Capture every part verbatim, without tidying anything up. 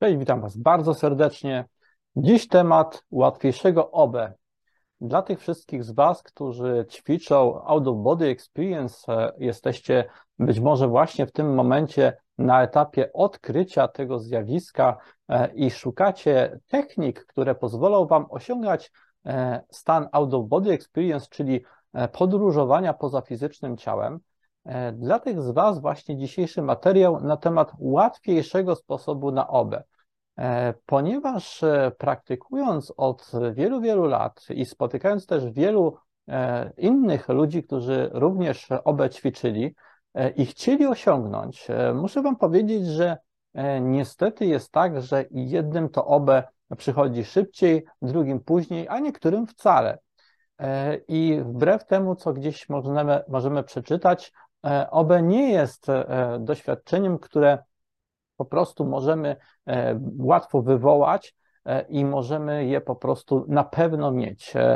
Cześć, witam Was bardzo serdecznie. Dziś temat łatwiejszego O B E. Dla tych wszystkich z Was, którzy ćwiczą Out of Body Experience, e, jesteście być może właśnie w tym momencie na etapie odkrycia tego zjawiska e, i szukacie technik, które pozwolą Wam osiągać e, stan Out of Body Experience, czyli e, podróżowania poza fizycznym ciałem. E, Dla tych z Was właśnie dzisiejszy materiał na temat łatwiejszego sposobu na O B E. E, Ponieważ e, praktykując od wielu, wielu lat i spotykając też wielu e, innych ludzi, którzy również O B E ćwiczyli e, i chcieli osiągnąć, e, muszę Wam powiedzieć, że e, niestety jest tak, że jednym to O B E przychodzi szybciej, drugim później, a niektórym wcale. E, I wbrew temu, co gdzieś możemy, możemy przeczytać, e, O B E nie jest e, doświadczeniem, które po prostu możemy e, łatwo wywołać e, i możemy je po prostu na pewno mieć. E,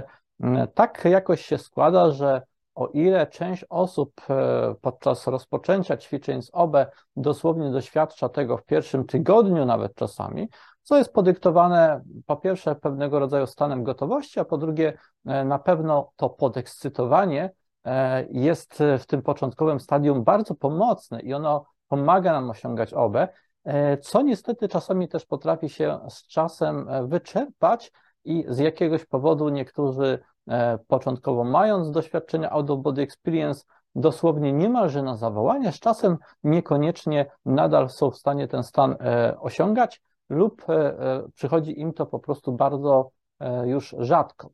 Tak jakoś się składa, że o ile część osób e, podczas rozpoczęcia ćwiczeń z O B E dosłownie doświadcza tego w pierwszym tygodniu nawet czasami, co jest podyktowane po pierwsze pewnego rodzaju stanem gotowości, a po drugie e, na pewno to podekscytowanie e, jest w tym początkowym stadium bardzo pomocne i ono pomaga nam osiągać O B E, co niestety czasami też potrafi się z czasem wyczerpać i z jakiegoś powodu niektórzy e, początkowo mając doświadczenia Out of Body Experience dosłownie niemalże na zawołanie, z czasem niekoniecznie nadal są w stanie ten stan e, osiągać lub e, przychodzi im to po prostu bardzo e, już rzadko.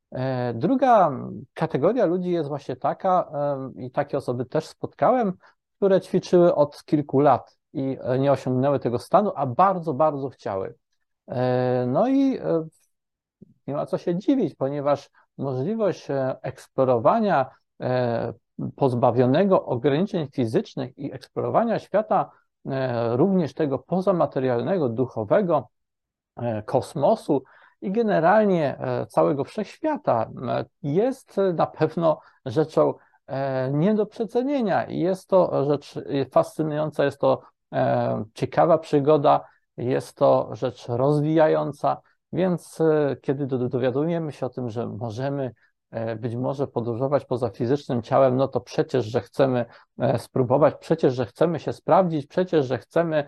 E, Druga kategoria ludzi jest właśnie taka, e, i takie osoby też spotkałem, które ćwiczyły od kilku lat i nie osiągnęły tego stanu, a bardzo, bardzo chciały. E, No i e, nie ma co się dziwić, ponieważ możliwość e, eksplorowania e, pozbawionego ograniczeń fizycznych i eksplorowania świata e, również tego pozamaterialnego, duchowego, e, kosmosu i generalnie e, całego wszechświata e, jest na pewno rzeczą e, nie do przecenienia i jest to rzecz fascynująca, jest to e, ciekawa przygoda, jest to rzecz rozwijająca, więc e, kiedy do- dowiadujemy się o tym, że możemy e, być może podróżować poza fizycznym ciałem, no to przecież, że chcemy e, spróbować, przecież, że chcemy się sprawdzić, przecież, że chcemy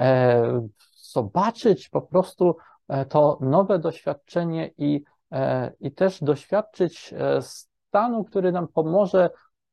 e, zobaczyć po prostu e, to nowe doświadczenie i, e, i też doświadczyć e, stanu, który nam pomoże,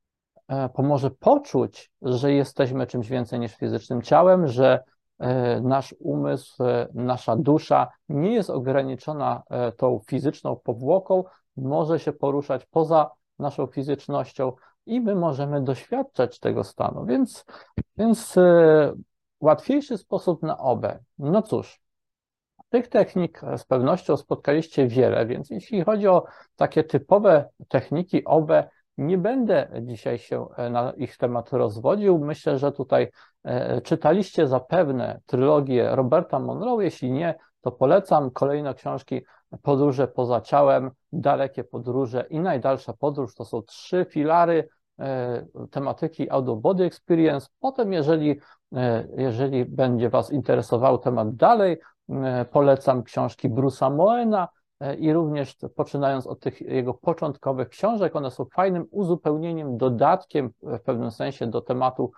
e, pomoże poczuć, że jesteśmy czymś więcej niż fizycznym ciałem, że e, nasz umysł, e, nasza dusza nie jest ograniczona e, tą fizyczną powłoką, może się poruszać poza naszą fizycznością i my możemy doświadczać tego stanu. Więc, więc e, łatwiejszy sposób na O B E. No cóż, tych technik z pewnością spotkaliście wiele, więc jeśli chodzi o takie typowe techniki O B E, nie będę dzisiaj się na ich temat rozwodził. Myślę, że tutaj e, czytaliście zapewne trylogię Roberta Monroe. Jeśli nie, to polecam kolejne książki Podróże poza ciałem, Dalekie podróże i Najdalsza podróż. To są trzy filary e, tematyki Out of Body Experience. Potem, jeżeli, e, jeżeli będzie Was interesował temat dalej, polecam książki Bruce'a Moena i również poczynając od tych jego początkowych książek, one są fajnym uzupełnieniem, dodatkiem w pewnym sensie do tematu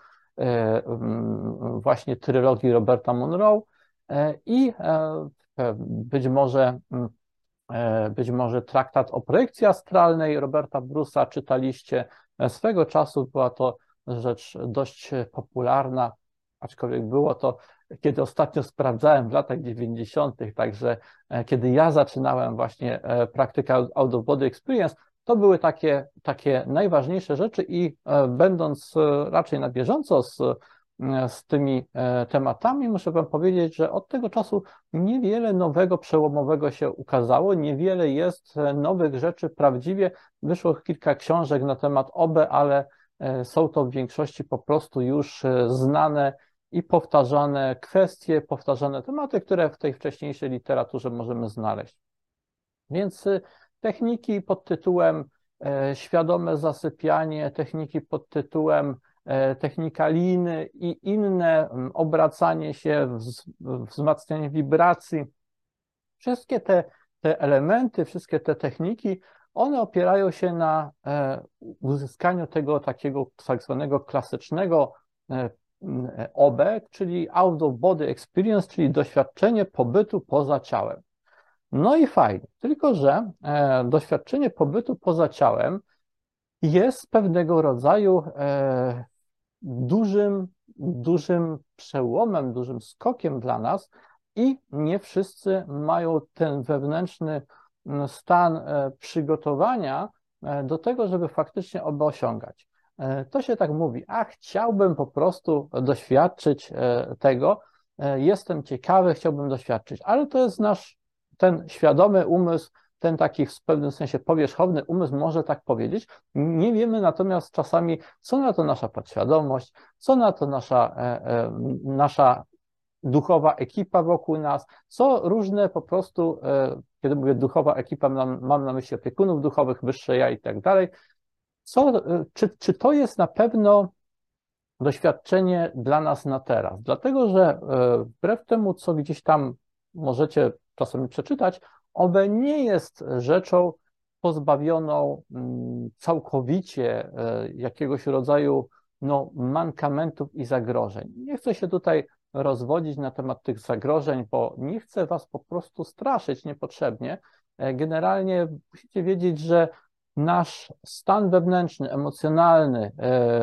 właśnie trylogii Roberta Monroe i być może, być może traktat o projekcji astralnej Roberta Bruce'a czytaliście. Swego czasu była to rzecz dość popularna, aczkolwiek było to, kiedy ostatnio sprawdzałem w latach dziewięćdziesiątych, także kiedy ja zaczynałem właśnie praktykę Out of Body Experience, to były takie, takie najważniejsze rzeczy i będąc raczej na bieżąco z, z tymi tematami, muszę Wam powiedzieć, że od tego czasu niewiele nowego, przełomowego się ukazało, niewiele jest nowych rzeczy, prawdziwie wyszło kilka książek na temat O B E, ale są to w większości po prostu już znane i powtarzane kwestie, powtarzane tematy, które w tej wcześniejszej literaturze możemy znaleźć. Więc techniki pod tytułem świadome zasypianie, techniki pod tytułem technika liny i inne, obracanie się, wzmacnianie wibracji. Wszystkie te, te elementy, wszystkie te techniki, one opierają się na uzyskaniu tego takiego tak zwanego klasycznego O B, czyli Out of Body Experience, czyli doświadczenie pobytu poza ciałem. No i fajnie, tylko że e, doświadczenie pobytu poza ciałem jest pewnego rodzaju e, dużym, dużym przełomem, dużym skokiem dla nas i nie wszyscy mają ten wewnętrzny stan e, przygotowania e, do tego, żeby faktycznie oby osiągać. E, to się tak mówi, a chciałbym po prostu doświadczyć e, tego, e, jestem ciekawy, chciałbym doświadczyć, ale to jest nasz ten świadomy umysł, ten taki w pewnym sensie powierzchowny umysł może tak powiedzieć. Nie wiemy natomiast czasami, co na to nasza podświadomość, co na to nasza, e, e, nasza duchowa ekipa wokół nas, co różne po prostu, e, kiedy mówię duchowa ekipa, mam, mam na myśli opiekunów duchowych, wyższe ja i tak dalej. Co, e, czy, czy to jest na pewno doświadczenie dla nas na teraz? Dlatego, że e, wbrew temu, co gdzieś tam możecie czasami przeczytać, O B nie jest rzeczą pozbawioną całkowicie jakiegoś rodzaju no, mankamentów i zagrożeń. Nie chcę się tutaj rozwodzić na temat tych zagrożeń, bo nie chcę was po prostu straszyć niepotrzebnie. Generalnie musicie wiedzieć, że nasz stan wewnętrzny, emocjonalny,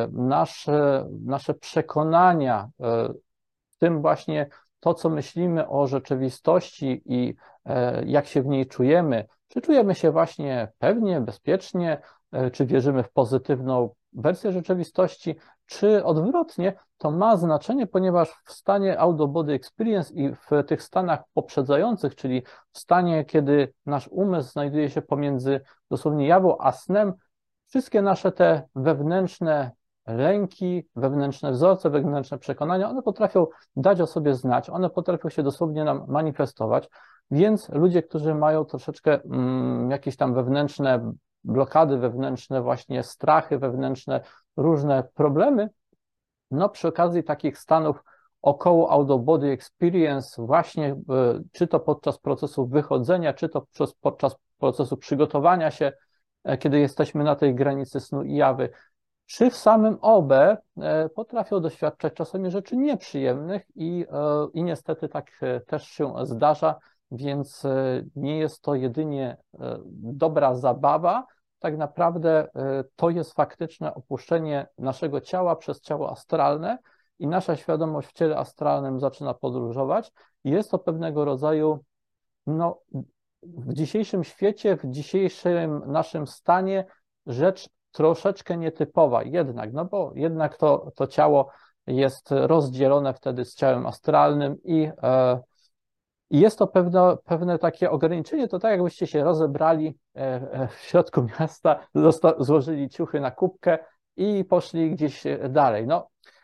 nasze, nasze przekonania, w tym właśnie to, co myślimy o rzeczywistości i jak się w niej czujemy, czy czujemy się właśnie pewnie, bezpiecznie, czy wierzymy w pozytywną wersję rzeczywistości, czy odwrotnie, to ma znaczenie, ponieważ w stanie Out of Body Experience i w tych stanach poprzedzających, czyli w stanie, kiedy nasz umysł znajduje się pomiędzy dosłownie jawą a snem, wszystkie nasze te wewnętrzne lęki, wewnętrzne wzorce, wewnętrzne przekonania, one potrafią dać o sobie znać, one potrafią się dosłownie nam manifestować, więc ludzie, którzy mają troszeczkę mm, jakieś tam wewnętrzne blokady, wewnętrzne właśnie strachy, wewnętrzne różne problemy, no przy okazji takich stanów około out of body experience właśnie, czy to podczas procesu wychodzenia, czy to podczas procesu przygotowania się, kiedy jesteśmy na tej granicy snu i jawy, czy w samym O B potrafią doświadczać czasami rzeczy nieprzyjemnych i, i niestety tak też się zdarza, więc nie jest to jedynie dobra zabawa, tak naprawdę to jest faktyczne opuszczenie naszego ciała przez ciało astralne i nasza świadomość w ciele astralnym zaczyna podróżować. Jest to pewnego rodzaju, no, w dzisiejszym świecie, w dzisiejszym naszym stanie rzecz troszeczkę nietypowa jednak, no bo jednak to, to ciało jest rozdzielone wtedy z ciałem astralnym i, e, i jest to pewne, pewne takie ograniczenie, to tak jakbyście się rozebrali e, w środku miasta, złożyli ciuchy na kubkę i poszli gdzieś dalej. No,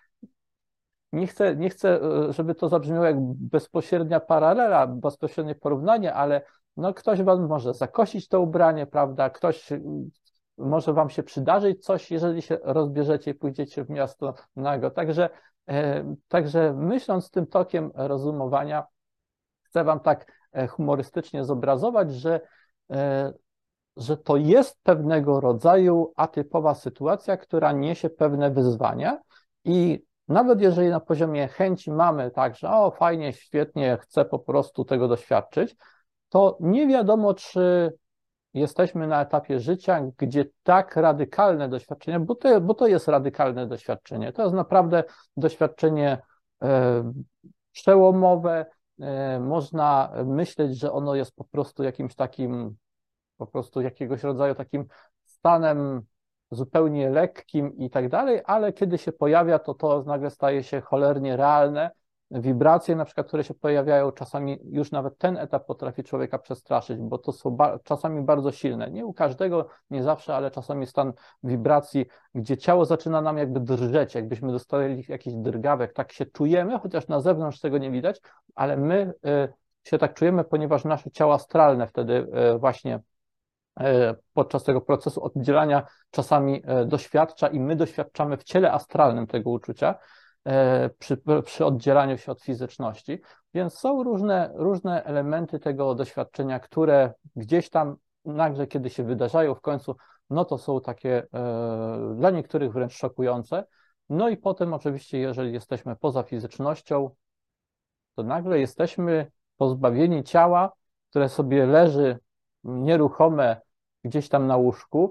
nie chcę, nie chcę, żeby to zabrzmiało jak bezpośrednia paralela, bezpośrednie porównanie, ale no ktoś wam może zakosić to ubranie, prawda, ktoś może wam się przydarzyć coś, jeżeli się rozbierzecie i pójdziecie w miasto nago. Także, e, także myśląc tym tokiem rozumowania, chcę wam tak humorystycznie zobrazować, że, e, że to jest pewnego rodzaju atypowa sytuacja, która niesie pewne wyzwania i nawet jeżeli na poziomie chęci mamy tak, że o fajnie, świetnie, chcę po prostu tego doświadczyć, to nie wiadomo, czy jesteśmy na etapie życia, gdzie tak radykalne doświadczenie, bo to, bo to jest radykalne doświadczenie, to jest naprawdę doświadczenie e, przełomowe, e, można myśleć, że ono jest po prostu jakimś takim, po prostu jakiegoś rodzaju takim stanem zupełnie lekkim i tak dalej, ale kiedy się pojawia, to to nagle staje się cholernie realne. Wibracje na przykład, które się pojawiają, czasami już nawet ten etap potrafi człowieka przestraszyć, bo to są ba czasami bardzo silne. Nie u każdego, nie zawsze, ale czasami stan wibracji, gdzie ciało zaczyna nam jakby drżeć, jakbyśmy dostali jakiś drgawek, tak się czujemy, chociaż na zewnątrz tego nie widać, ale my y, się tak czujemy, ponieważ nasze ciało astralne wtedy y, właśnie podczas tego procesu oddzielania czasami doświadcza i my doświadczamy w ciele astralnym tego uczucia przy, przy oddzielaniu się od fizyczności. Więc są różne, różne elementy tego doświadczenia, które gdzieś tam nagle, kiedy się wydarzają w końcu, no to są takie dla niektórych wręcz szokujące. No i potem oczywiście, jeżeli jesteśmy poza fizycznością, to nagle jesteśmy pozbawieni ciała, które sobie leży nieruchome gdzieś tam na łóżku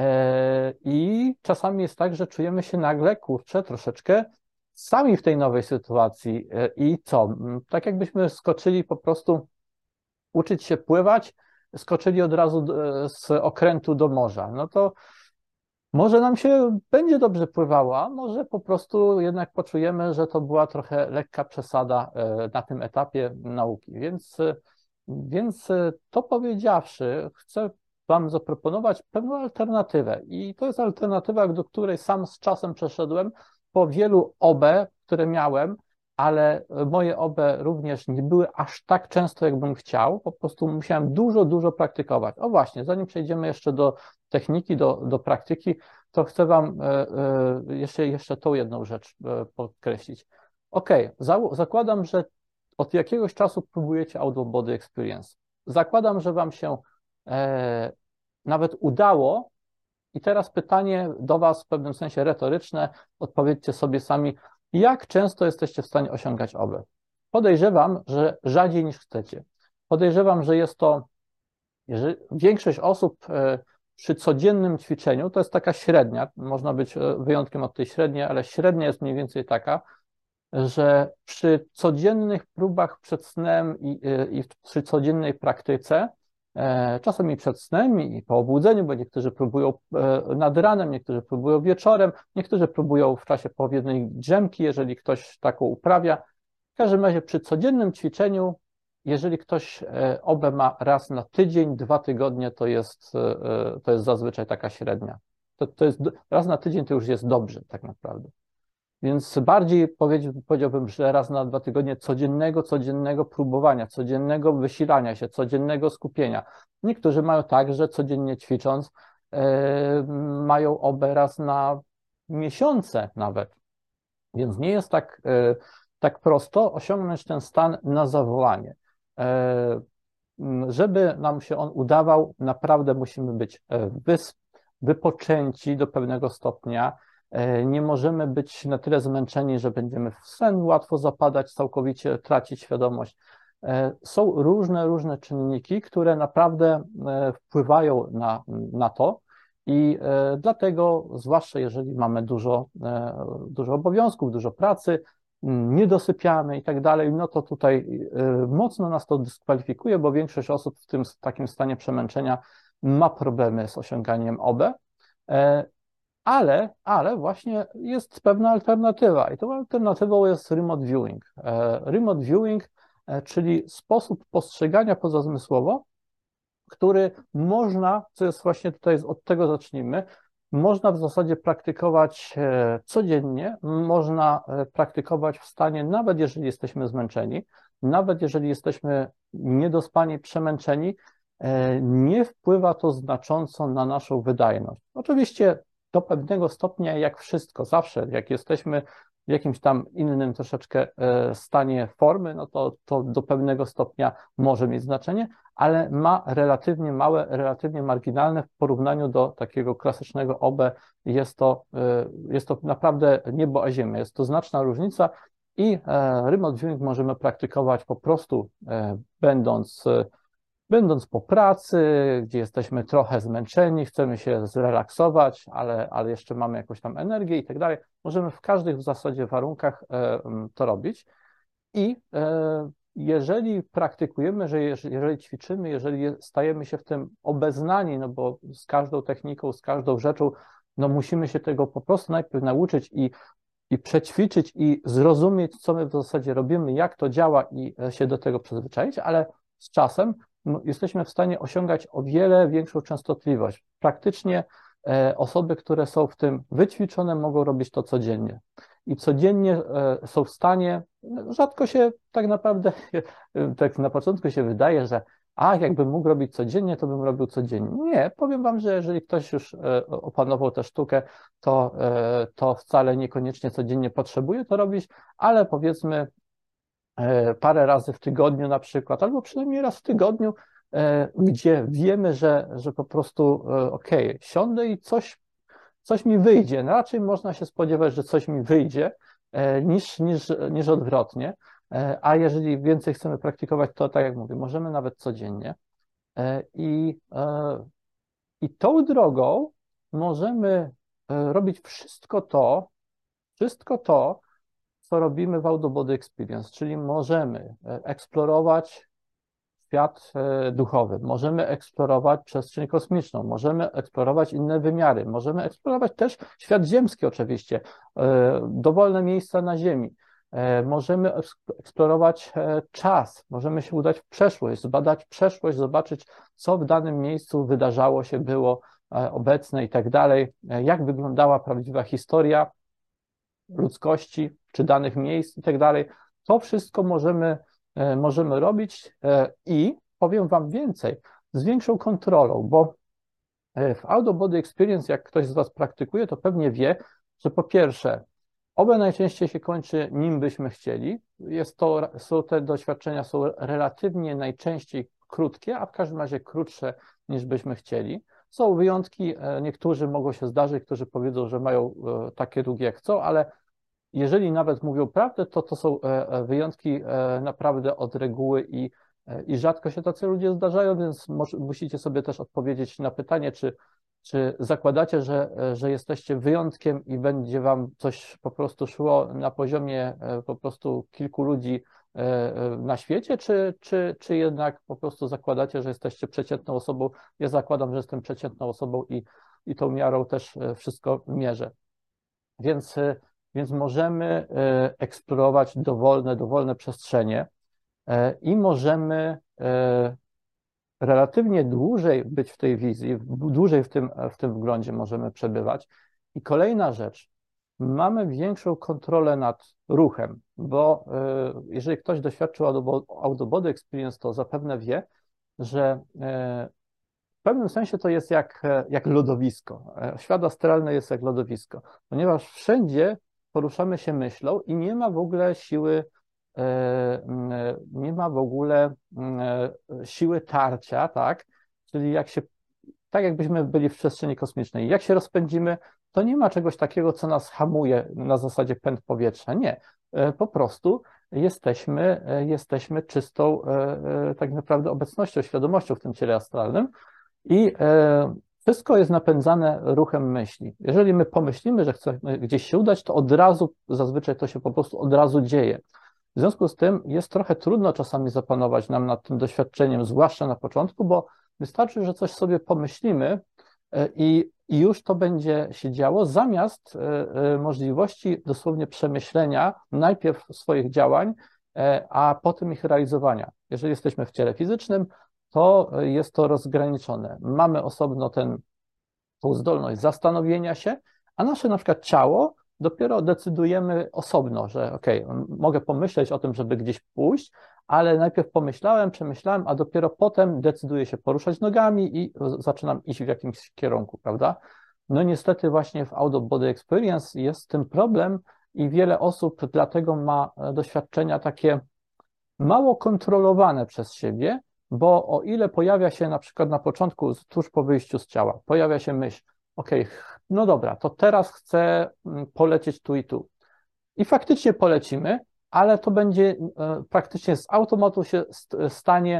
i czasami jest tak, że czujemy się nagle, kurczę, troszeczkę sami w tej nowej sytuacji i co? Tak jakbyśmy skoczyli po prostu uczyć się pływać, skoczyli od razu z okrętu do morza. No to może nam się będzie dobrze pływało, a może po prostu jednak poczujemy, że to była trochę lekka przesada na tym etapie nauki. Więc, więc to powiedziawszy, chcę Wam zaproponować pewną alternatywę. I to jest alternatywa, do której sam z czasem przeszedłem po wielu O B E, które miałem, ale moje O B E również nie były aż tak często, jakbym chciał. Po prostu musiałem dużo, dużo praktykować. O właśnie, zanim przejdziemy jeszcze do techniki, do, do praktyki, to chcę Wam jeszcze, jeszcze tą jedną rzecz podkreślić. Ok, zakładam, że od jakiegoś czasu próbujecie Out of Body Experience. Zakładam, że Wam się e, nawet udało i teraz pytanie do Was w pewnym sensie retoryczne, odpowiedzcie sobie sami, jak często jesteście w stanie osiągać O B E? Podejrzewam, że rzadziej niż chcecie. Podejrzewam, że jest to, jeżeli większość osób e, przy codziennym ćwiczeniu, to jest taka średnia, można być wyjątkiem od tej średniej, ale średnia jest mniej więcej taka, że przy codziennych próbach przed snem i, i przy codziennej praktyce, czasem i przed snem, i po obudzeniu, bo niektórzy próbują nad ranem, niektórzy próbują wieczorem, niektórzy próbują w czasie powiedniej drzemki, jeżeli ktoś taką uprawia. W każdym razie przy codziennym ćwiczeniu, jeżeli ktoś O B E ma raz na tydzień, dwa tygodnie, to jest, to jest zazwyczaj taka średnia. To, to jest, raz na tydzień to już jest dobrze tak naprawdę. Więc bardziej powiedziałbym, że raz na dwa tygodnie codziennego, codziennego próbowania, codziennego wysilania się, codziennego skupienia. Niektórzy mają tak, że codziennie ćwicząc yy, mają O B E raz na miesiące nawet. Więc nie jest tak, yy, tak prosto osiągnąć ten stan na zawołanie. Yy, żeby nam się on udawał, naprawdę musimy być wys wypoczęci do pewnego stopnia. Nie możemy być na tyle zmęczeni, że będziemy w sen łatwo zapadać, całkowicie tracić świadomość. Są różne, różne czynniki, które naprawdę wpływają na, na to i dlatego, zwłaszcza jeżeli mamy dużo, dużo obowiązków, dużo pracy, nie dosypiamy i tak dalej, no to tutaj mocno nas to dyskwalifikuje, bo większość osób w tym w takim stanie przemęczenia ma problemy z osiąganiem O B E. Ale, ale właśnie jest pewna alternatywa i tą alternatywą jest remote viewing. Remote viewing, czyli sposób postrzegania pozazmysłowo, który można, co jest właśnie tutaj, od tego zacznijmy, można w zasadzie praktykować codziennie, można praktykować w stanie, nawet jeżeli jesteśmy zmęczeni, nawet jeżeli jesteśmy niedospani, przemęczeni, nie wpływa to znacząco na naszą wydajność. Oczywiście do pewnego stopnia, jak wszystko, zawsze jak jesteśmy w jakimś tam innym troszeczkę stanie formy, no to, to do pewnego stopnia może mieć znaczenie, ale ma relatywnie małe, relatywnie marginalne w porównaniu do takiego klasycznego O B E. Jest to, jest to naprawdę niebo a ziemia, jest to znaczna różnica i remote viewing możemy praktykować po prostu będąc Będąc po pracy, gdzie jesteśmy trochę zmęczeni, chcemy się zrelaksować, ale, ale jeszcze mamy jakąś tam energię i tak dalej, możemy w każdych w zasadzie warunkach to robić. I jeżeli praktykujemy, że jeżeli ćwiczymy, jeżeli stajemy się w tym obeznani, no bo z każdą techniką, z każdą rzeczą, no musimy się tego po prostu najpierw nauczyć i, i przećwiczyć i zrozumieć, co my w zasadzie robimy, jak to działa i się do tego przyzwyczaić, ale z czasem jesteśmy w stanie osiągać o wiele większą częstotliwość. Praktycznie osoby, które są w tym wyćwiczone, mogą robić to codziennie. I codziennie są w stanie, rzadko się tak naprawdę, tak na początku się wydaje, że a jakbym mógł robić codziennie, to bym robił codziennie. Nie, powiem wam, że jeżeli ktoś już opanował tę sztukę, to, to wcale niekoniecznie codziennie potrzebuje to robić, ale powiedzmy parę razy w tygodniu na przykład, albo przynajmniej raz w tygodniu, gdzie wiemy, że, że po prostu okej, okay, siądę i coś, coś mi wyjdzie. No raczej można się spodziewać, że coś mi wyjdzie, niż, niż, niż odwrotnie. A jeżeli więcej chcemy praktykować, to tak jak mówię, możemy nawet codziennie. I, i tą drogą możemy robić wszystko to, wszystko to, co robimy w Auto Body Experience, czyli możemy eksplorować świat duchowy, możemy eksplorować przestrzeń kosmiczną, możemy eksplorować inne wymiary, możemy eksplorować też świat ziemski oczywiście, dowolne miejsca na Ziemi. Możemy eksplorować czas, możemy się udać w przeszłość, zbadać przeszłość, zobaczyć, co w danym miejscu wydarzało się, było obecne i tak dalej, jak wyglądała prawdziwa historia ludzkości, czy danych miejsc i tak dalej. To wszystko możemy, możemy robić i powiem wam więcej, z większą kontrolą, bo w Auto Body Experience, jak ktoś z was praktykuje, to pewnie wie, że po pierwsze, obe najczęściej się kończy nim byśmy chcieli. Jest to, są te doświadczenia są relatywnie najczęściej krótkie, a w każdym razie krótsze niż byśmy chcieli. Są wyjątki, niektórzy mogą się zdarzyć, którzy powiedzą, że mają takie długie jak chcą, ale jeżeli nawet mówią prawdę, to to są wyjątki naprawdę od reguły i, i rzadko się tacy ludzie zdarzają, więc może, musicie sobie też odpowiedzieć na pytanie, czy, czy zakładacie, że, że jesteście wyjątkiem i będzie wam coś po prostu szło na poziomie po prostu kilku ludzi na świecie, czy, czy, czy jednak po prostu zakładacie, że jesteście przeciętną osobą? Ja zakładam, że jestem przeciętną osobą i, i tą miarą też wszystko mierzę. Więc Więc możemy eksplorować dowolne, dowolne przestrzenie i możemy relatywnie dłużej być w tej wizji, dłużej w tym, w tym wglądzie możemy przebywać. I kolejna rzecz, mamy większą kontrolę nad ruchem, bo jeżeli ktoś doświadczył Auto Body Experience, to zapewne wie, że w pewnym sensie to jest jak, jak lodowisko. Świat astralny jest jak lodowisko, ponieważ wszędzie poruszamy się myślą i nie ma w ogóle siły, nie ma w ogóle siły tarcia, tak? Czyli jak się, tak jakbyśmy byli w przestrzeni kosmicznej. Jak się rozpędzimy, to nie ma czegoś takiego, co nas hamuje na zasadzie pęd powietrza. Nie. Po prostu jesteśmy, jesteśmy czystą tak naprawdę obecnością, świadomością w tym ciele astralnym i wszystko jest napędzane ruchem myśli. Jeżeli my pomyślimy, że chcemy gdzieś się udać, to od razu, zazwyczaj to się po prostu od razu dzieje. W związku z tym jest trochę trudno czasami zapanować nam nad tym doświadczeniem, zwłaszcza na początku, bo wystarczy, że coś sobie pomyślimy i, i już to będzie się działo, zamiast możliwości dosłownie przemyślenia najpierw swoich działań, a potem ich realizowania. Jeżeli jesteśmy w ciele fizycznym, to jest to rozgraniczone. Mamy osobno ten, tą zdolność zastanowienia się, a nasze na przykład ciało dopiero decydujemy osobno, że okej, okay, mogę pomyśleć o tym, żeby gdzieś pójść, ale najpierw pomyślałem, przemyślałem, a dopiero potem decyduję się poruszać nogami i zaczynam iść w jakimś kierunku, prawda? No niestety właśnie w Auto Body Experience jest z tym problem i wiele osób dlatego ma doświadczenia takie mało kontrolowane przez siebie, bo o ile pojawia się na przykład na początku, tuż po wyjściu z ciała, pojawia się myśl, okej, okay, no dobra, to teraz chcę polecieć tu i tu. I faktycznie polecimy, ale to będzie praktycznie z automatu się stanie,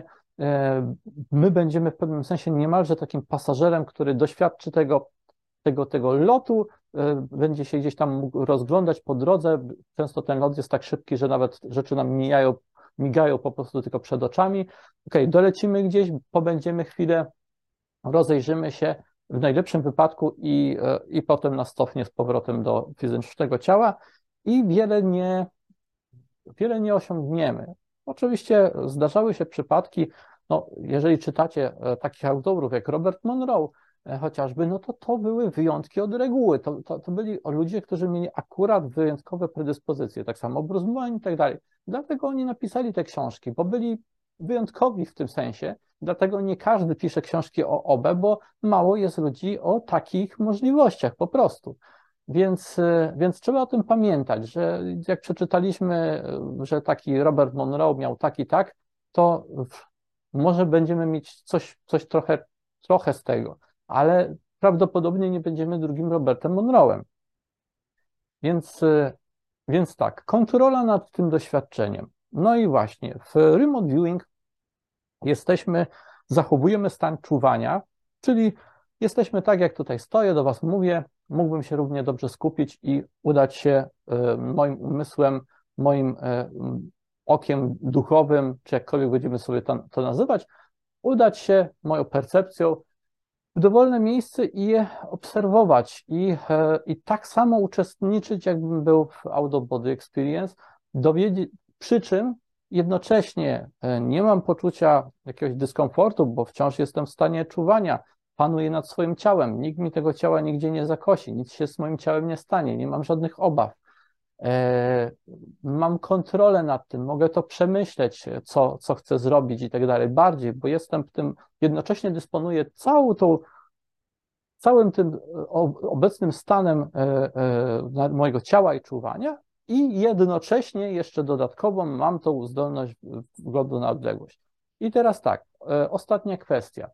my będziemy w pewnym sensie niemalże takim pasażerem, który doświadczy tego, tego, tego lotu, będzie się gdzieś tam mógł rozglądać po drodze. Często ten lot jest tak szybki, że nawet rzeczy nam mijają, migają po prostu tylko przed oczami. Okej, okay, dolecimy gdzieś, pobędziemy chwilę, rozejrzymy się w najlepszym wypadku i, i potem nas cofnie z powrotem do fizycznego ciała i wiele nie, wiele nie osiągniemy. Oczywiście zdarzały się przypadki, no, jeżeli czytacie takich autorów jak Robert Monroe chociażby, no to to były wyjątki od reguły. To, to, to byli ludzie, którzy mieli akurat wyjątkowe predyspozycje, tak samo Bruce Wayne i tak dalej. Dlatego oni napisali te książki, bo byli wyjątkowi w tym sensie dlatego nie każdy pisze książki o O B E, bo mało jest ludzi o takich możliwościach po prostu. Więc, więc trzeba o tym pamiętać, że jak przeczytaliśmy, że taki Robert Monroe miał tak i tak, to może będziemy mieć coś, coś trochę, trochę z tego, ale prawdopodobnie nie będziemy drugim Robertem Monroe'em. Więc, więc tak, kontrola nad tym doświadczeniem. No i właśnie, w remote viewing jesteśmy, zachowujemy stan czuwania, czyli jesteśmy tak, jak tutaj stoję, do Was mówię, mógłbym się równie dobrze skupić i udać się moim umysłem, moim okiem duchowym, czy jakkolwiek będziemy sobie to, to nazywać, udać się moją percepcją w dowolne miejsce i je obserwować i, i tak samo uczestniczyć, jakbym był w Out of Body Experience, dowiedzieć, przy czym jednocześnie nie mam poczucia jakiegoś dyskomfortu, bo wciąż jestem w stanie czuwania, panuję nad swoim ciałem, nikt mi tego ciała nigdzie nie zakosi, nic się z moim ciałem nie stanie, nie mam żadnych obaw. Mam kontrolę nad tym, mogę to przemyśleć, co, co chcę zrobić i tak dalej, bardziej, bo jestem w tym, jednocześnie dysponuję całą tą, całym tym obecnym stanem mojego ciała i czuwania i jednocześnie jeszcze dodatkowo mam tą zdolność wglądu na odległość. I teraz tak, ostatnia kwestia.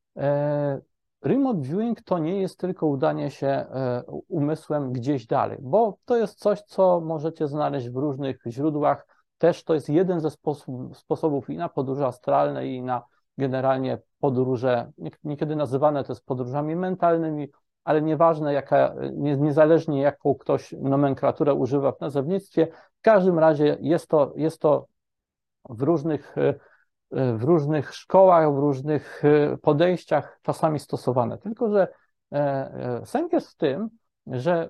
Remote viewing to nie jest tylko udanie się umysłem gdzieś dalej, bo to jest coś, co możecie znaleźć w różnych źródłach. Też to jest jeden ze sposobów, sposobów i na podróże astralne, i na generalnie podróże, niekiedy nazywane to jest podróżami mentalnymi, ale nieważne, jaka, niezależnie jaką ktoś nomenklaturę używa w nazewnictwie, w każdym razie jest to, jest to w różnych w różnych szkołach, w różnych podejściach czasami stosowane. Tylko że sęk jest w tym, że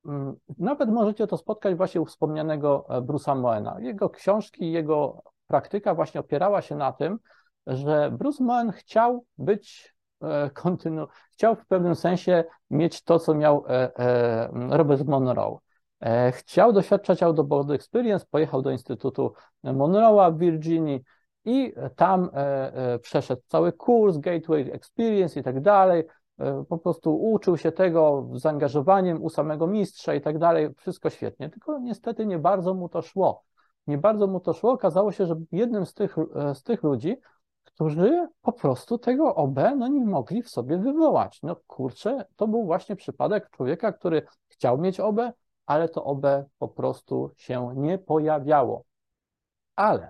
nawet możecie to spotkać właśnie u wspomnianego Bruce'a Moena. Jego książki, jego praktyka właśnie opierała się na tym, że Bruce Moen chciał być kontynu, chciał w pewnym sensie mieć to, co miał Robert Monroe. Chciał doświadczać out of body experience, pojechał do Instytutu Monroe'a w Virginii, i tam przeszedł cały kurs, Gateway Experience i tak dalej, po prostu uczył się tego z zaangażowaniem u samego mistrza i tak dalej, wszystko świetnie, tylko niestety nie bardzo mu to szło. Nie bardzo mu to szło, okazało się, że jednym z tych, z tych ludzi, którzy po prostu tego O B no, nie mogli w sobie wywołać. No kurczę, to był właśnie przypadek człowieka, który chciał mieć O B, ale to O B po prostu się nie pojawiało. Ale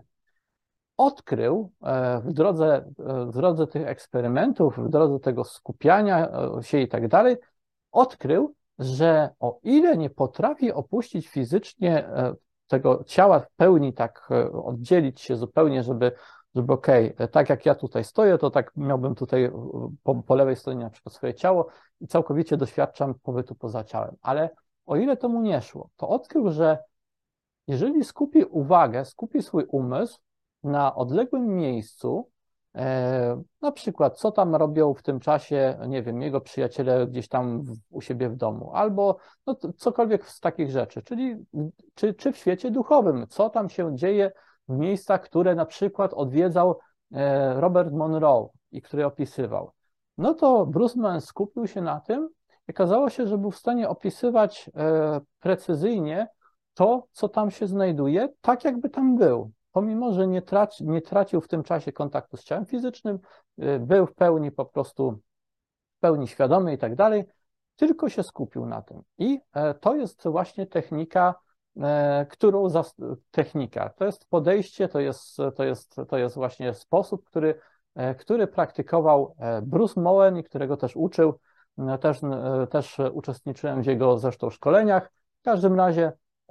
odkrył w drodze, w drodze tych eksperymentów, w drodze tego skupiania się i tak dalej, odkrył, że o ile nie potrafi opuścić fizycznie tego ciała w pełni, tak oddzielić się zupełnie, żeby, żeby okej, okay, tak jak ja tutaj stoję, to tak miałbym tutaj po, po lewej stronie na przykład swoje ciało i całkowicie doświadczam pobytu poza ciałem. Ale o ile to mu nie szło, to odkrył, że jeżeli skupi uwagę, skupi swój umysł na odległym miejscu, e, na przykład co tam robią w tym czasie, nie wiem, jego przyjaciele gdzieś tam w, u siebie w domu, albo no, cokolwiek z takich rzeczy, czyli czy, czy w świecie duchowym, co tam się dzieje w miejscach, które na przykład odwiedzał e, Robert Monroe i które opisywał. No to Bruce Moen skupił się na tym i okazało się, że był w stanie opisywać e, precyzyjnie to, co tam się znajduje, tak jakby tam był. Pomimo, że nie, traci, nie tracił w tym czasie kontaktu z ciałem fizycznym, był w pełni po prostu, w pełni świadomy i tak dalej, tylko się skupił na tym. I to jest właśnie technika, którą, technika, to jest podejście, to jest, to jest, to jest właśnie sposób, który, który praktykował Bruce Moen i którego też uczył, też, też uczestniczyłem w jego zresztą szkoleniach. W każdym razie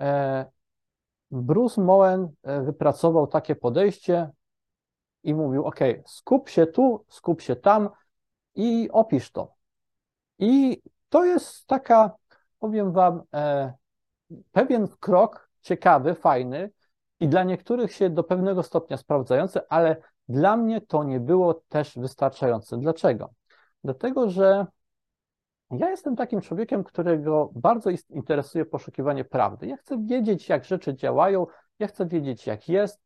Bruce Moen wypracował takie podejście i mówił, ok, skup się tu, skup się tam i opisz to. I to jest taka, powiem wam, e, pewien krok ciekawy, fajny i dla niektórych się do pewnego stopnia sprawdzający, ale dla mnie to nie było też wystarczające. Dlaczego? Dlatego, że ja jestem takim człowiekiem, którego bardzo interesuje poszukiwanie prawdy. Ja chcę wiedzieć, jak rzeczy działają, ja chcę wiedzieć, jak jest,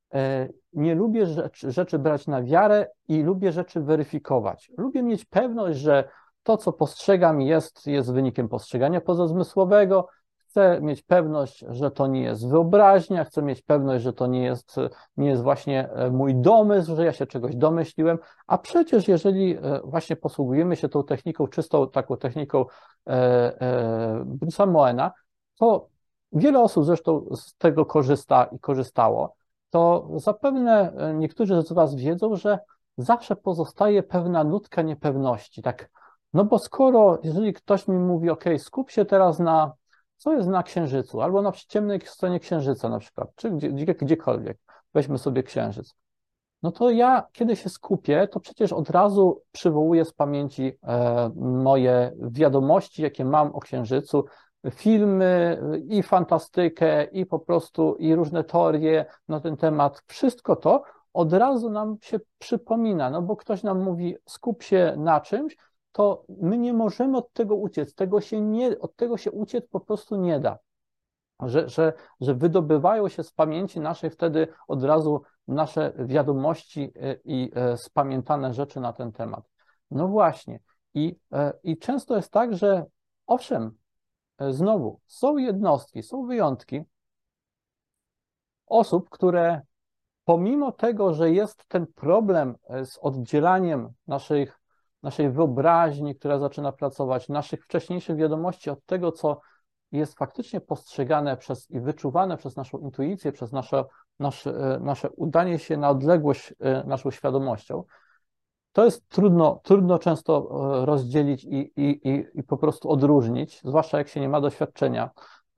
Nie lubię rzeczy, rzeczy brać na wiarę i lubię rzeczy weryfikować. Lubię mieć pewność, że to, co postrzegam, jest, jest wynikiem postrzegania pozazmysłowego. Chcę mieć pewność, że to nie jest wyobraźnia, chcę mieć pewność, że to nie jest, nie jest właśnie mój domysł, że ja się czegoś domyśliłem, a przecież jeżeli właśnie posługujemy się tą techniką, czystą taką techniką e, e, Bruce'a Moena, to wiele osób zresztą z tego korzysta i korzystało, to zapewne niektórzy z Was wiedzą, że zawsze pozostaje pewna nutka niepewności, tak, no bo skoro, jeżeli ktoś mi mówi, ok, skup się teraz na co jest na Księżycu, albo na ciemnej stronie Księżyca na przykład, czy gdzie, gdziekolwiek, weźmy sobie Księżyc, no to ja, kiedy się skupię, to przecież od razu przywołuję z pamięci e, moje wiadomości, jakie mam o Księżycu, filmy i fantastykę, i po prostu, i różne teorie na ten temat, wszystko to od razu nam się przypomina, no bo ktoś nam mówi, skup się na czymś, to my nie możemy od tego uciec, tego się nie, od tego się uciec po prostu nie da, że, że, że wydobywają się z pamięci naszej wtedy od razu nasze wiadomości i spamiętane rzeczy na ten temat. No właśnie, i, i często jest tak, że owszem, znowu, są jednostki, są wyjątki osób, które pomimo tego, że jest ten problem z oddzielaniem naszych naszej wyobraźni, która zaczyna pracować, naszych wcześniejszych wiadomości od tego, co jest faktycznie postrzegane przez i wyczuwane przez naszą intuicję, przez nasze, nasze, nasze udanie się na odległość naszą świadomością, to jest trudno, trudno często rozdzielić i, i, i, i po prostu odróżnić, zwłaszcza jak się nie ma doświadczenia.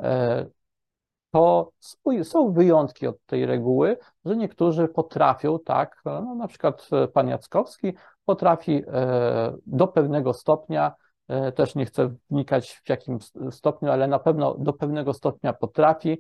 To są wyjątki od tej reguły, że niektórzy potrafią, tak, no na przykład pan Jackowski potrafi do pewnego stopnia, też nie chcę wnikać w jakim stopniu, ale na pewno do pewnego stopnia potrafi,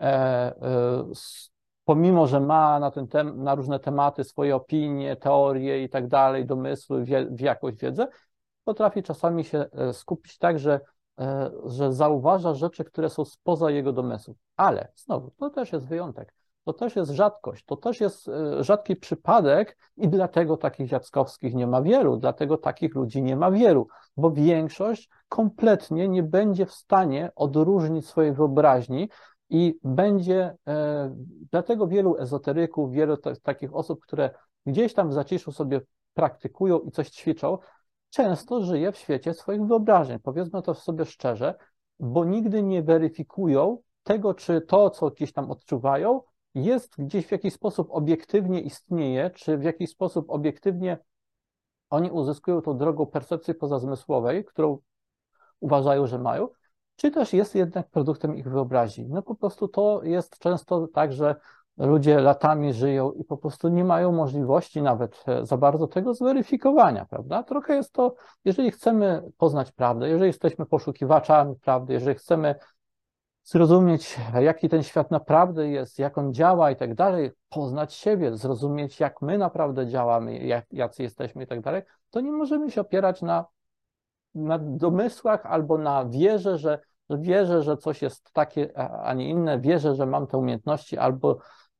pomimo że ma na, ten tem na różne tematy swoje opinie, teorie i tak dalej, domysły, wie w jakąś wiedzę, potrafi czasami się skupić tak, że że zauważa rzeczy, które są spoza jego domysłu. Ale znowu, to też jest wyjątek. To też jest rzadkość, to też jest rzadki przypadek i dlatego takich Jackowskich nie ma wielu, dlatego takich ludzi nie ma wielu, bo większość kompletnie nie będzie w stanie odróżnić swojej wyobraźni i będzie, e, dlatego wielu ezoteryków, wielu takich osób, które gdzieś tam w zaciszu sobie praktykują i coś ćwiczą, często żyje w świecie swoich wyobrażeń. Powiedzmy to sobie szczerze, bo nigdy nie weryfikują tego, czy to, co gdzieś tam odczuwają, jest gdzieś w jakiś sposób obiektywnie istnieje, czy w jakiś sposób obiektywnie oni uzyskują tą drogą percepcji pozazmysłowej, którą uważają, że mają, czy też jest jednak produktem ich wyobraźni. No po prostu to jest często tak, że ludzie latami żyją i po prostu nie mają możliwości nawet za bardzo tego zweryfikowania, prawda? Trochę jest to, jeżeli chcemy poznać prawdę, jeżeli jesteśmy poszukiwaczami prawdy, jeżeli chcemy zrozumieć, jaki ten świat naprawdę jest, jak on działa i tak dalej, poznać siebie, zrozumieć, jak my naprawdę działamy, jak, jacy jesteśmy i tak dalej, to nie możemy się opierać na, na domysłach albo na wierze, że, że wierzę, że coś jest takie, a nie inne, wierzę, że mam te umiejętności albo,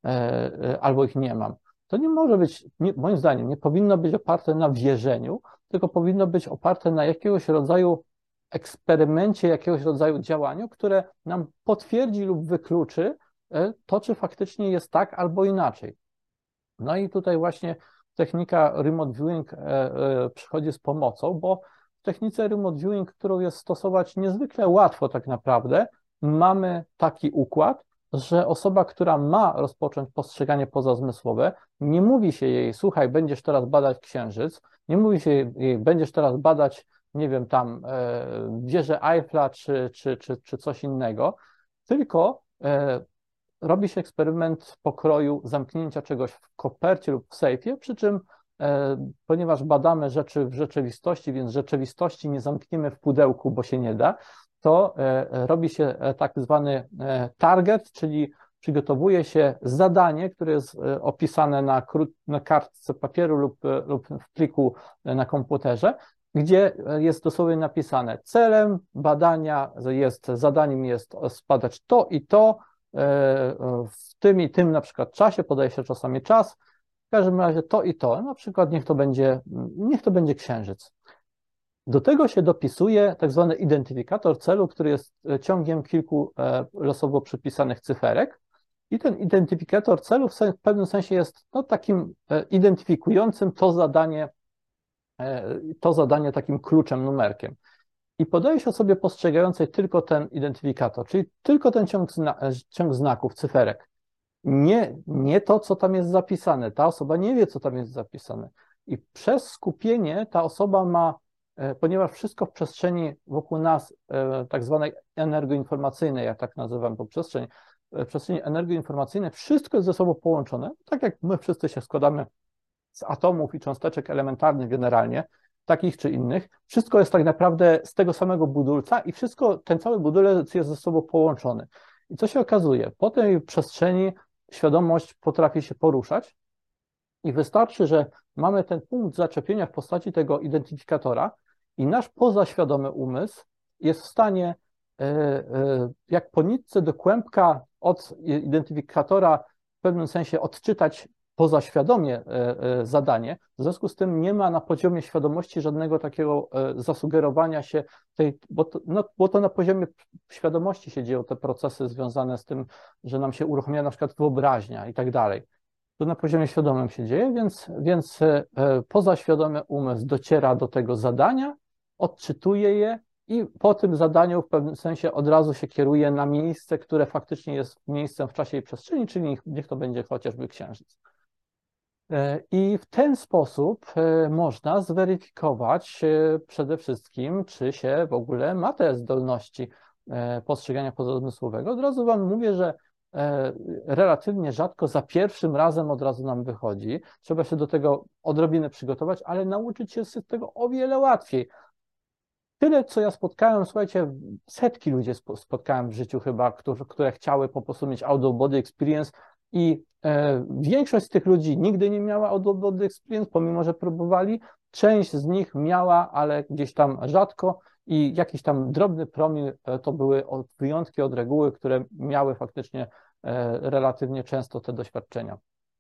e, albo ich nie mam. To nie może być, nie, moim zdaniem, nie powinno być oparte na wierzeniu, tylko powinno być oparte na jakiegoś rodzaju eksperymencie, jakiegoś rodzaju działaniu, które nam potwierdzi lub wykluczy to, czy faktycznie jest tak albo inaczej. No i tutaj właśnie technika remote viewing przychodzi z pomocą, bo w technice remote viewing, którą jest stosować niezwykle łatwo tak naprawdę, mamy taki układ, że osoba, która ma rozpocząć postrzeganie pozazmysłowe, nie mówi się jej, słuchaj, będziesz teraz badać Księżyc, nie mówi się jej, będziesz teraz badać, nie wiem, tam e, wieżę Eiffla czy, czy, czy, czy coś innego, tylko e, robi się eksperyment pokroju zamknięcia czegoś w kopercie lub w sejfie, przy czym e, ponieważ badamy rzeczy w rzeczywistości, więc rzeczywistości nie zamkniemy w pudełku, bo się nie da, to e, robi się tak zwany e, target, czyli przygotowuje się zadanie, które jest e, opisane na, krót, na kartce papieru lub, e, lub w pliku e, na komputerze, gdzie jest dosłownie napisane, celem badania jest, zadaniem jest zbadać to i to, w tym i tym na przykład czasie, podaje się czasami czas, w każdym razie to i to, na przykład niech to będzie, niech to będzie księżyc. Do tego się dopisuje tak zwany identyfikator celu, który jest ciągiem kilku losowo przypisanych cyferek. I ten identyfikator celu w pewnym sensie jest no, takim identyfikującym to zadanie, to zadanie takim kluczem, numerkiem. I podaje się osobie postrzegającej tylko ten identyfikator, czyli tylko ten ciąg, zna ciąg znaków, cyferek. Nie, nie to, co tam jest zapisane. Ta osoba nie wie, co tam jest zapisane. I przez skupienie ta osoba ma, ponieważ wszystko w przestrzeni wokół nas, tak zwanej energoinformacyjnej, ja tak nazywam tą przestrzeń, w przestrzeni energoinformacyjnej, wszystko jest ze sobą połączone, tak jak my wszyscy się składamy z atomów i cząsteczek elementarnych generalnie, takich czy innych, wszystko jest tak naprawdę z tego samego budulca i wszystko, ten cały budulec jest ze sobą połączony. I co się okazuje? Po tej przestrzeni świadomość potrafi się poruszać i wystarczy, że mamy ten punkt zaczepienia w postaci tego identyfikatora i nasz pozaświadomy umysł jest w stanie jak po nitce do kłębka od identyfikatora w pewnym sensie odczytać pozaświadomie zadanie. W związku z tym nie ma na poziomie świadomości żadnego takiego zasugerowania się, tej, bo, to, no, bo to na poziomie świadomości się dzieją te procesy związane z tym, że nam się uruchamia na przykład wyobraźnia i tak dalej. To na poziomie świadomym się dzieje, więc, więc pozaświadomy umysł dociera do tego zadania, odczytuje je i po tym zadaniu w pewnym sensie od razu się kieruje na miejsce, które faktycznie jest miejscem w czasie i przestrzeni, czyli niech to będzie chociażby księżyc. I w ten sposób można zweryfikować przede wszystkim, czy się w ogóle ma te zdolności postrzegania pozamysłowego. Od razu Wam mówię, że relatywnie rzadko za pierwszym razem od razu nam wychodzi. Trzeba się do tego odrobinę przygotować, ale nauczyć się z tego o wiele łatwiej. Tyle, co ja spotkałem, słuchajcie, setki ludzi spotkałem w życiu chyba, które, które chciały po prostu mieć out of body experience i e, większość z tych ludzi nigdy nie miała out of body experience, pomimo że próbowali. Część z nich miała, ale gdzieś tam rzadko i jakiś tam drobny promil e, to były od, wyjątki od reguły, które miały faktycznie e, relatywnie często te doświadczenia.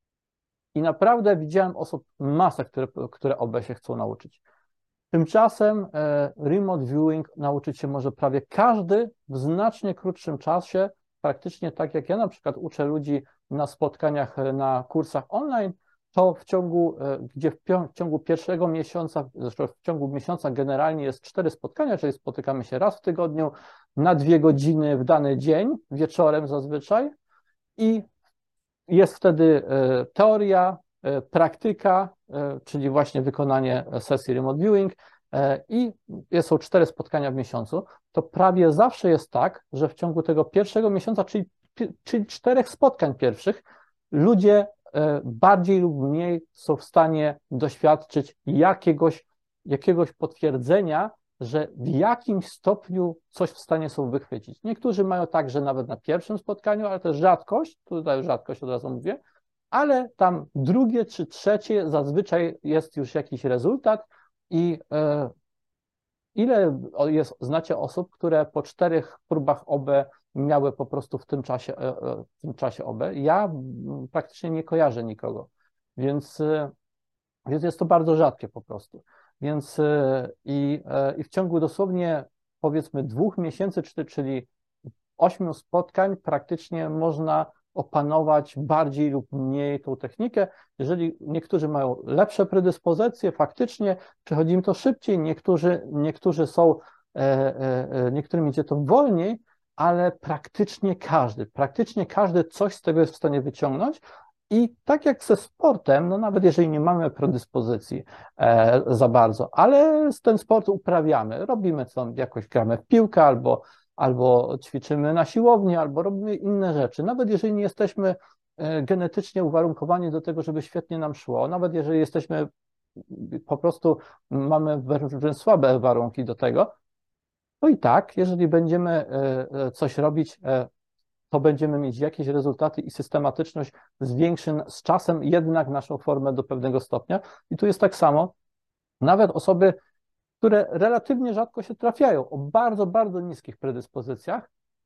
I naprawdę widziałem osób masę, które, które O B się chcą nauczyć. Tymczasem e, remote viewing nauczyć się może prawie każdy w znacznie krótszym czasie, praktycznie tak jak ja na przykład uczę ludzi na spotkaniach, na kursach online, to w ciągu, e, gdzie w, w ciągu pierwszego miesiąca, zresztą w ciągu miesiąca generalnie jest cztery spotkania, czyli spotykamy się raz w tygodniu na dwie godziny w dany dzień, wieczorem zazwyczaj i jest wtedy e, teoria, praktyka, czyli właśnie wykonanie sesji remote viewing i są cztery spotkania w miesiącu, to prawie zawsze jest tak, że w ciągu tego pierwszego miesiąca, czyli, czyli czterech spotkań pierwszych, ludzie bardziej lub mniej są w stanie doświadczyć jakiegoś, jakiegoś potwierdzenia, że w jakimś stopniu coś w stanie są wychwycić. Niektórzy mają tak, że nawet na pierwszym spotkaniu, ale to jest rzadkość, tutaj rzadkość od razu mówię, ale tam drugie czy trzecie zazwyczaj jest już jakiś rezultat i e, ile jest, znacie osób, które po czterech próbach O B miały po prostu w tym czasie, e, w tym czasie O B? Ja praktycznie nie kojarzę nikogo, więc, e, więc jest to bardzo rzadkie po prostu. Więc e, i, e, i w ciągu dosłownie powiedzmy dwóch miesięcy, czyli ośmiu spotkań praktycznie można opanować bardziej lub mniej tą technikę. Jeżeli niektórzy mają lepsze predyspozycje, faktycznie przechodzi im to szybciej, niektórzy, niektórzy są, e, e, niektórym idzie to wolniej, ale praktycznie każdy, praktycznie każdy coś z tego jest w stanie wyciągnąć. I tak jak ze sportem, no nawet jeżeli nie mamy predyspozycji e, za bardzo, ale ten sport uprawiamy, robimy co, jakoś gramy w piłkę albo albo ćwiczymy na siłowni, albo robimy inne rzeczy. Nawet jeżeli nie jesteśmy genetycznie uwarunkowani do tego, żeby świetnie nam szło, nawet jeżeli jesteśmy, po prostu mamy wręcz słabe warunki do tego, to i tak, jeżeli będziemy coś robić, to będziemy mieć jakieś rezultaty i systematyczność zwiększy z czasem jednak naszą formę do pewnego stopnia. I tu jest tak samo, nawet osoby, które relatywnie rzadko się trafiają, o bardzo, bardzo niskich predyspozycjach,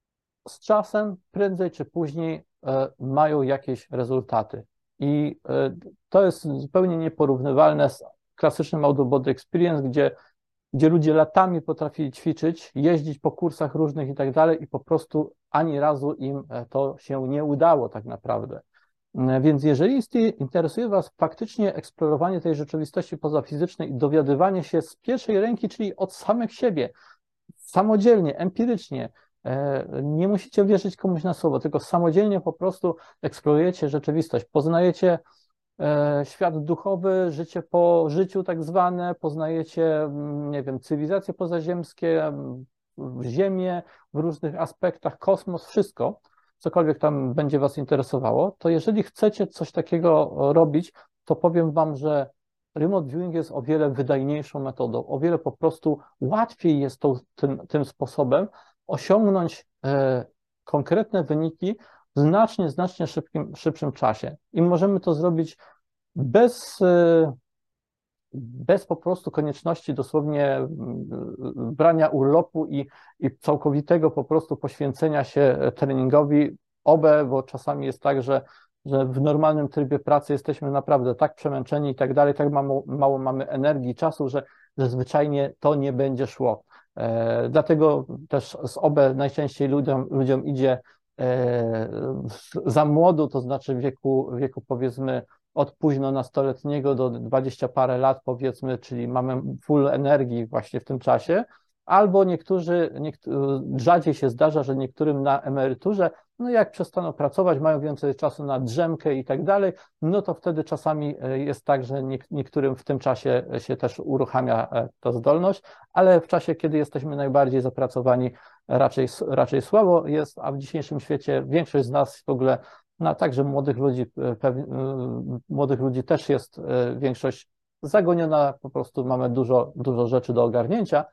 z czasem, prędzej czy później mają jakieś rezultaty. I to jest zupełnie nieporównywalne z klasycznym Out of Body Experience, gdzie, gdzie ludzie latami potrafili ćwiczyć, jeździć po kursach różnych i tak dalej i po prostu ani razu im to się nie udało tak naprawdę. Więc jeżeli interesuje Was faktycznie eksplorowanie tej rzeczywistości pozafizycznej i dowiadywanie się z pierwszej ręki, czyli od samych siebie, samodzielnie, empirycznie, nie musicie wierzyć komuś na słowo, tylko samodzielnie po prostu eksplorujecie rzeczywistość, poznajecie świat duchowy, życie po życiu tak zwane, poznajecie, nie wiem, cywilizacje pozaziemskie, Ziemię w różnych aspektach, kosmos, wszystko, cokolwiek tam będzie Was interesowało, to jeżeli chcecie coś takiego robić, to powiem Wam, że remote viewing jest o wiele wydajniejszą metodą, o wiele po prostu łatwiej jest to, tym, tym sposobem osiągnąć e, konkretne wyniki w znacznie, znacznie szybkim, szybszym czasie. I możemy to zrobić bez, e, bez po prostu konieczności dosłownie brania urlopu i, i całkowitego po prostu poświęcenia się treningowi obie, bo czasami jest tak, że że w normalnym trybie pracy jesteśmy naprawdę tak przemęczeni i tak dalej, tak mało, mało mamy energii, czasu, że, że zwyczajnie to nie będzie szło. E, dlatego też z O B E najczęściej ludziom, ludziom idzie e, za młodu, to znaczy w wieku, wieku powiedzmy od późno nastoletniego do dwadzieścia parę lat powiedzmy, czyli mamy full energii właśnie w tym czasie, albo niektórzy, niektórzy, rzadziej się zdarza, że niektórym na emeryturze, no jak przestaną pracować, mają więcej czasu na drzemkę i tak dalej, no to wtedy czasami jest tak, że niektórym w tym czasie się też uruchamia ta zdolność, ale w czasie, kiedy jesteśmy najbardziej zapracowani, raczej, raczej słabo jest, a w dzisiejszym świecie większość z nas w ogóle, no także młodych ludzi, pewnie, młodych ludzi też jest większość zagoniona, po prostu mamy dużo, dużo rzeczy do ogarnięcia.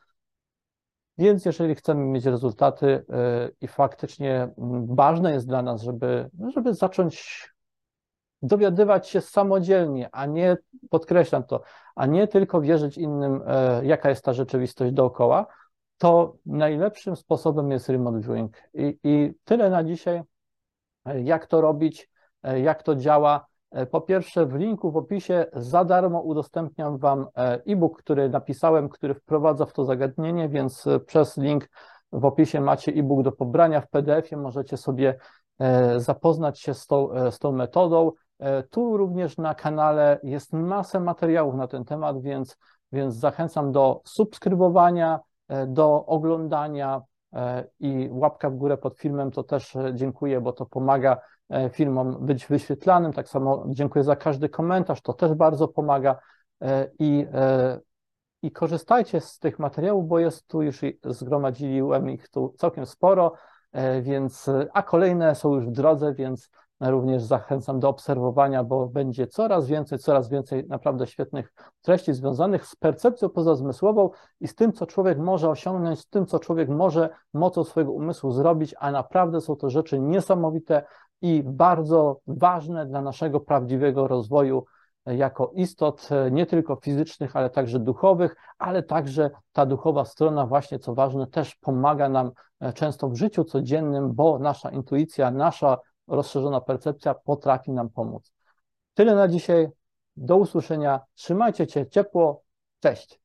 Więc jeżeli chcemy mieć rezultaty i faktycznie ważne jest dla nas, żeby, żeby zacząć dowiadywać się samodzielnie, a nie, podkreślam to, a nie tylko wierzyć innym, jaka jest ta rzeczywistość dookoła, to najlepszym sposobem jest remote viewing. I, i tyle na dzisiaj. Jak to robić, jak to działa. Po pierwsze, w linku w opisie za darmo udostępniam Wam e-book, który napisałem, który wprowadza w to zagadnienie, więc przez link w opisie macie e-book do pobrania w P D F-ie, możecie sobie zapoznać się z tą, z tą metodą. Tu również na kanale jest masę materiałów na ten temat, więc, więc zachęcam do subskrybowania, do oglądania i łapka w górę pod filmem, to też dziękuję, bo to pomaga filmom być wyświetlanym. Tak samo dziękuję za każdy komentarz, to też bardzo pomaga i, i korzystajcie z tych materiałów, bo jest tu już, zgromadziłem ich tu całkiem sporo, więc, a kolejne są już w drodze, więc również zachęcam do obserwowania, bo będzie coraz więcej, coraz więcej naprawdę świetnych treści związanych z percepcją pozazmysłową i z tym, co człowiek może osiągnąć, z tym, co człowiek może mocą swojego umysłu zrobić, a naprawdę są to rzeczy niesamowite i bardzo ważne dla naszego prawdziwego rozwoju jako istot, nie tylko fizycznych, ale także duchowych, ale także ta duchowa strona właśnie, co ważne, też pomaga nam często w życiu codziennym, bo nasza intuicja, nasza rozszerzona percepcja potrafi nam pomóc. Tyle na dzisiaj. Do usłyszenia. Trzymajcie się ciepło. Cześć.